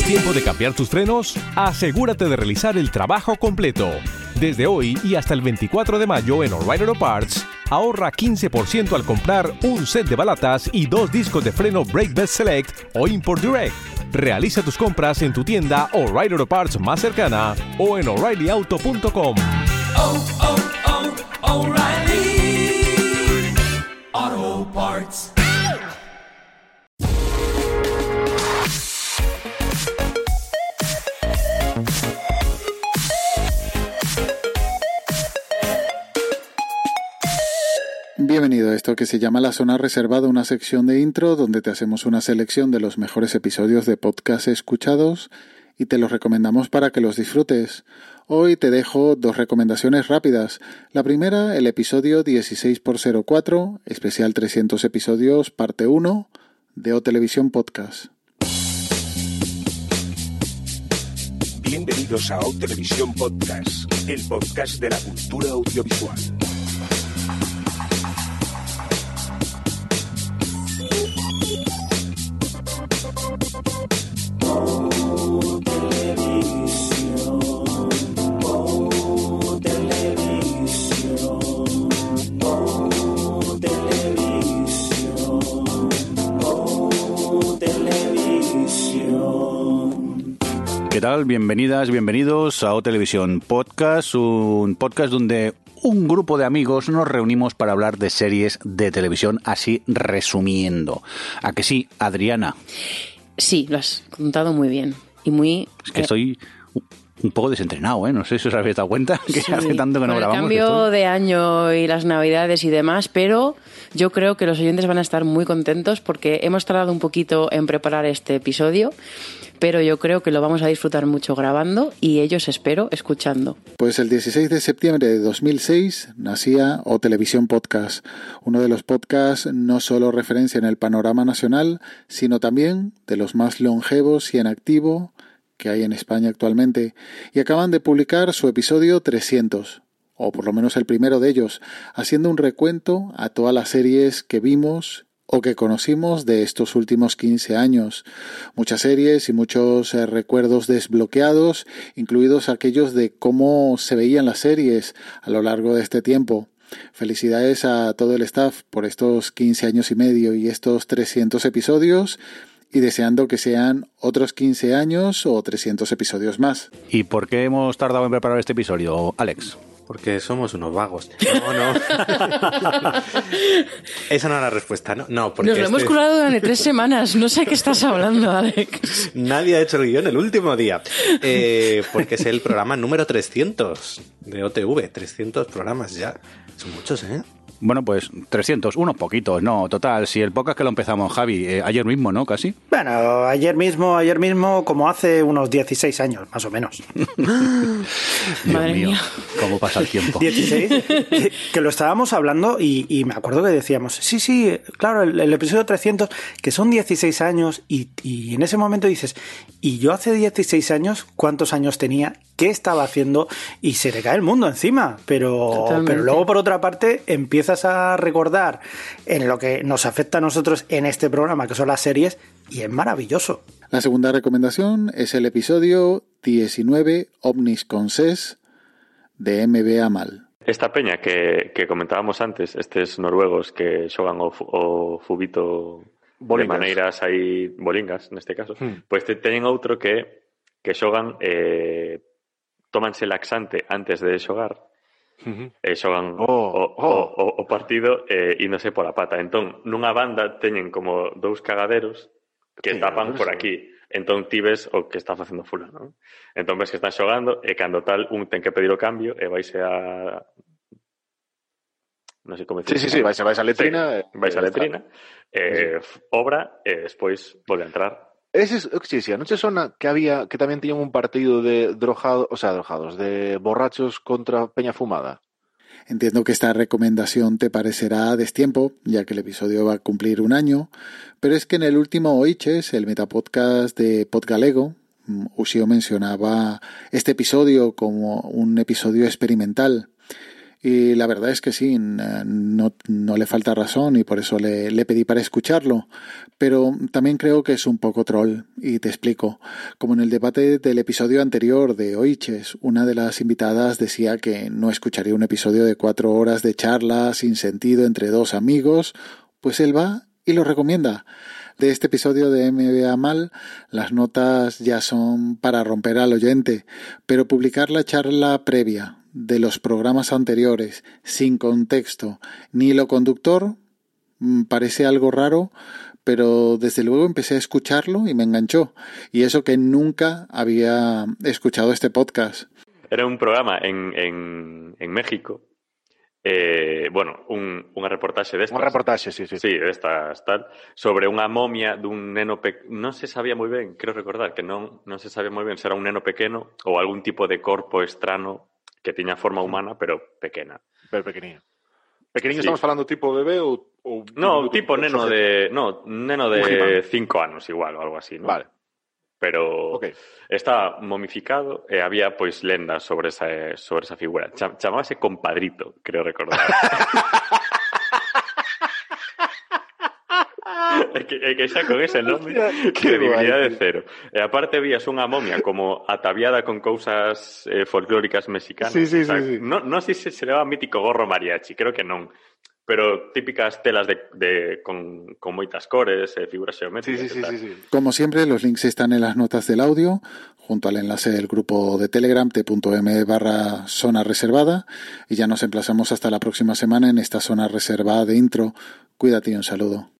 tiempo de cambiar tus frenos? Asegúrate de realizar el trabajo completo. Desde hoy y hasta el 24 de mayo en O'Reilly Auto Parts, ahorra 15% al comprar un set de balatas y 2 discos de freno Brake Best Select o Import Direct. Realiza tus compras en tu tienda O'Reilly Auto Parts más cercana o en O'ReillyAuto.com. O'Reilly Auto Parts. Bienvenido a esto que se llama La Zona Reservada, una sección de intro donde te hacemos una selección de los mejores episodios de podcast escuchados y te los recomendamos para que los disfrutes. Hoy te dejo 2 recomendaciones rápidas. La primera, el episodio 16x04, especial 300 episodios, parte 1, de O Televisión Podcast. Bienvenidos a O Televisión Podcast, el podcast de la cultura audiovisual. ¿Qué tal? Bienvenidas, bienvenidos a O Televisión Podcast, un podcast donde un grupo de amigos nos reunimos para hablar de series de televisión, así resumiendo. ¿A que sí, Adriana? Sí, lo has contado muy bien y muy... Es que estoy un poco desentrenado, ¿eh? No sé si os habéis dado cuenta que sí, hace tanto que no grabamos. El cambio de año y las navidades y demás, pero yo creo que los oyentes van a estar muy contentos porque hemos tardado un poquito en preparar este episodio, pero yo creo que lo vamos a disfrutar mucho grabando y ellos, espero, escuchando. Pues el 16 de septiembre de 2006 nacía O Televisión Podcast, uno de los podcasts no solo referencia en el panorama nacional, sino también de los más longevos y en activo que hay en España actualmente, y acaban de publicar su episodio 300, o por lo menos el primero de ellos, haciendo un recuento a todas las series que vimos o que conocimos de estos últimos 15 años. Muchas series y muchos recuerdos desbloqueados, incluidos aquellos de cómo se veían las series a lo largo de este tiempo. Felicidades a todo el staff por estos 15 años y medio y estos 300 episodios, y deseando que sean otros 15 años o 300 episodios más. ¿Y por qué hemos tardado en preparar este episodio, Alex? Porque somos unos vagos. No. Esa no es la respuesta, ¿no? No, porque nos lo hemos curado durante 3 semanas. No sé qué estás hablando, Alex. Nadie ha hecho el guión el último día. Porque es el programa número 300 de OTV. 300 programas ya. Son muchos, ¿eh? Bueno, pues 300, unos poquitos, no, total, si el podcast que lo empezamos, Javi, ayer mismo, ¿no? Casi. Bueno, ayer mismo, como hace unos 16 años, más o menos. Madre mía. ¿Cómo pasa el tiempo? 16, que lo estábamos hablando y me acuerdo que decíamos, sí, claro, el episodio 300, que son 16 años y en ese momento dices, ¿y yo hace 16 años cuántos años tenía? ¿Qué estaba haciendo? Y se te cae el mundo encima, pero luego por otra parte empiezas a recordar en lo que nos afecta a nosotros en este programa, que son las series, y es maravilloso. La segunda recomendación es el episodio 19, Omnis Conses, de MBA Mal. Esta peña que comentábamos antes, estos noruegos que xogan o fubito bolingas. De maneiras aí bolingas, neste caso, pois teñen outro que xogan, tómanse laxante antes de xogar, xogan o partido índose pola pata. Entón, nunha banda teñen como 2 cagaderos que tapan por aquí. Entón ti ves o que está facendo fulano, non? Entón ves que están xogando e cando tal un ten que pedir o cambio e vaise a... non sei como decir. Sí, vais a letrina. Sí, vais a letrina, obra e despois volve a entrar. Sí, anoche sona que había, que tamén tiñan un partido de drogados, de borrachos contra Peña Fumada. Entiendo que esta recomendación te parecerá a destiempo, ya que el episodio va a cumplir 1 año, pero es que en el último Oiches, el metapodcast de Podgalego, Uxío mencionaba este episodio como un episodio experimental. Y la verdad es que sí, no le falta razón y por eso le pedí para escucharlo. Pero también creo que es un poco troll, y te explico. Como en el debate del episodio anterior de Oiches, una de las invitadas decía que no escucharía un episodio de 4 horas de charla sin sentido entre dos amigos, pues él va y lo recomienda. De este episodio de MBA Mal, las notas ya son para romper al oyente, pero publicar la charla previa de los programas anteriores sin contexto ni hilo conductor parece algo raro, pero desde luego empecé a escucharlo y me enganchó. Y eso que nunca había escuchado este podcast. Era un programa en México. Un reportaje de estas. Un reportaje, sí. Sí, de estas, tal. Sobre unha momia dun neno non se sabía moi ben, creo recordar, que non se sabía moi ben se era un neno pequeno ou algún tipo de corpo estrano que tiña forma humana, pero pequena. Pero pequeniño. Pequeniño, sí. Estamos falando tipo bebé ou no, tipo neno de 5 anos igual ou algo así, ¿no? Vale. Pero estaba momificado e había pois lendas sobre esa figura. Chamábase Compadrito, creo recordar. É que xa con ese nome credibilidade cero. E aparte vías unha momia como ataviada con cousas folclóricas mexicanas. Sí. Non sei se leva mítico gorro mariachi, creo que non. Pero típicas telas con moitas cores, figuras geométricas. Sí. Como siempre, los links están en las notas del audio, junto al enlace del grupo de Telegram, t.m/zona reservada. Y ya nos emplazamos hasta la próxima semana en esta zona reservada de intro. Cuídate y un saludo.